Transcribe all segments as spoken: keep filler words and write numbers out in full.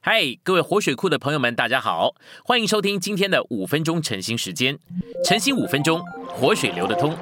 嗨，各位活水库的朋友们，大家好，欢迎收听今天的五分钟晨兴时间。晨兴五分钟，活水流得通。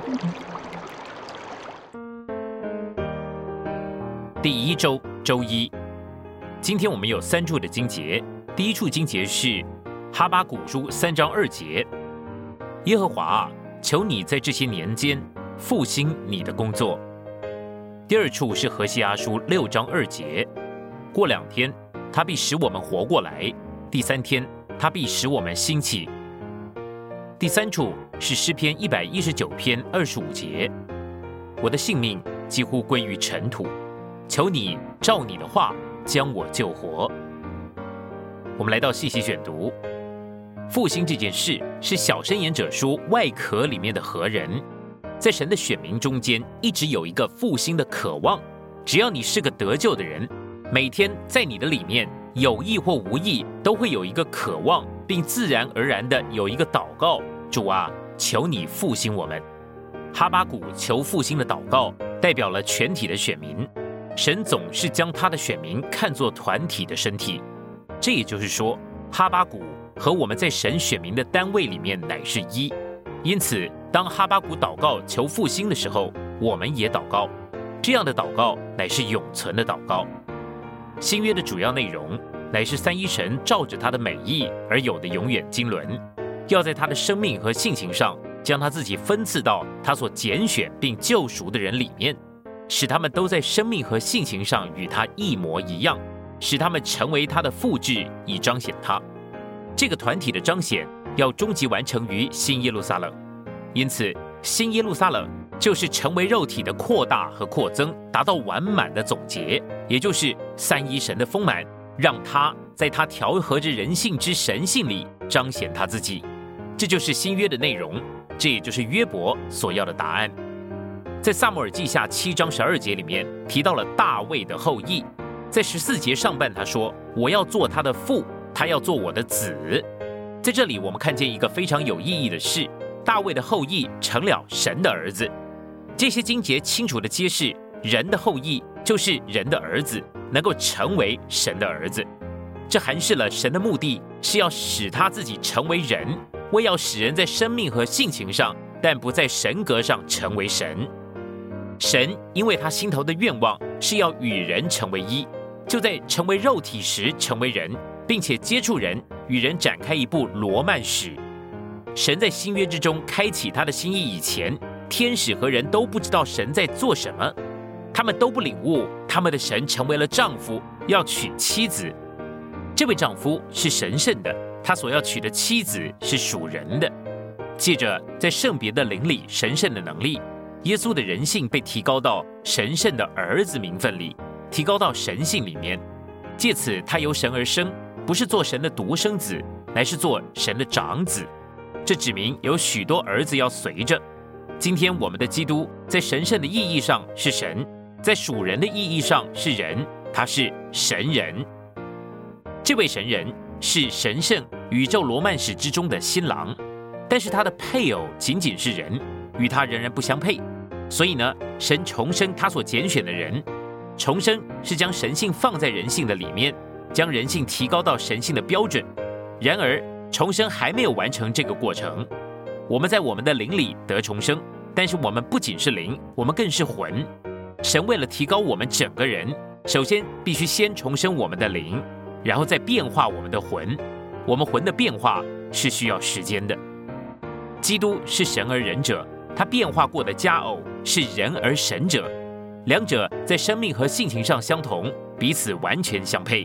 第一周周一，今天我们有三处的经节。第一处经节是哈巴谷书三章二节，耶和华啊，求你在这些年间复兴你的工作。第二处是何西阿书六章二节，过两天他必使我们活过来，第三天他必使我们兴起。第三处是诗篇一百一十九篇二十五节，我的性命几乎归于尘土，求你照你的话将我救活。我们来到细细选读，复兴这件事是小箴言者书外壳里面的何人，在神的选民中间一直有一个复兴的渴望。只要你是个得救的人，每天在你的里面有意或无意都会有一个渴望，并自然而然的有一个祷告，主啊，求你复兴我们。哈巴谷求复兴的祷告代表了全体的选民，神总是将他的选民看作团体的身体。这也就是说，哈巴谷和我们在神选民的单位里面乃是一。因此当哈巴谷祷告求复兴的时候，我们也祷告，这样的祷告乃是永存的祷告。新约的主要内容乃是三一神照着他的美意而有的永远经纶，要在他的生命和性情上将他自己分赐到他所拣选并救赎的人里面，使他们都在生命和性情上与他一模一样，使他们成为他的复制，以彰显他。这个团体的彰显要终极完成于新耶路撒冷，因此新耶路撒冷就是成为肉体的扩大和扩增，达到完满的总结，也就是三一神的丰满，让他在他调和着人性之神性里彰显他自己。这就是新约的内容，这也就是约伯所要的答案。在撒母耳记下七章十二节里面提到了大卫的后裔，在十四节上半他说，我要做他的父，他要做我的子。在这里我们看见一个非常有意义的事，大卫的后裔成了神的儿子。这些经节清楚地揭示，人的后裔就是人的儿子，能够成为神的儿子。这含示了神的目的是要使他自己成为人，为要使人在生命和性情上，但不在神格上成为神。神因为他心头的愿望是要与人成为一，就在成为肉体时成为人，并且接触人，与人展开一部罗曼史。神在新约之中开启他的心意以前，天使和人都不知道神在做什么，他们都不领悟他们的神成为了丈夫，要娶妻子。这位丈夫是神圣的，他所要娶的妻子是属人的。借着在圣别的灵里神圣的能力，耶稣的人性被提高到神圣的儿子名分里，提高到神性里面。借此他由神而生，不是做神的独生子，乃是做神的长子。这指明有许多儿子要随着。今天我们的基督在神圣的意义上是神，在属人的意义上是人，他是神人。这位神人是神圣宇宙罗曼史之中的新郎，但是他的配偶仅仅是人，与他仍然不相配。所以呢，神重生他所拣选的人，重生是将神性放在人性的里面，将人性提高到神性的标准。然而重生还没有完成这个过程，我们在我们的灵里得重生，但是我们不仅是灵，我们更是魂。神为了提高我们整个人，首先必须先重生我们的灵，然后再变化我们的魂。我们魂的变化是需要时间的。基督是神而人者，他变化过的佳偶是人而神者，两者在生命和性情上相同，彼此完全相配。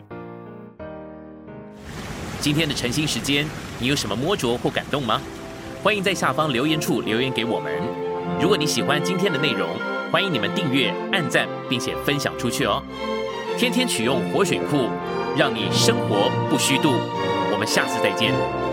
今天的晨兴时间，你有什么摸着或感动吗？欢迎在下方留言处留言给我们。如果你喜欢今天的内容，欢迎你们订阅、按赞，并且分享出去哦。天天取用活水库，让你生活不虚度。我们下次再见。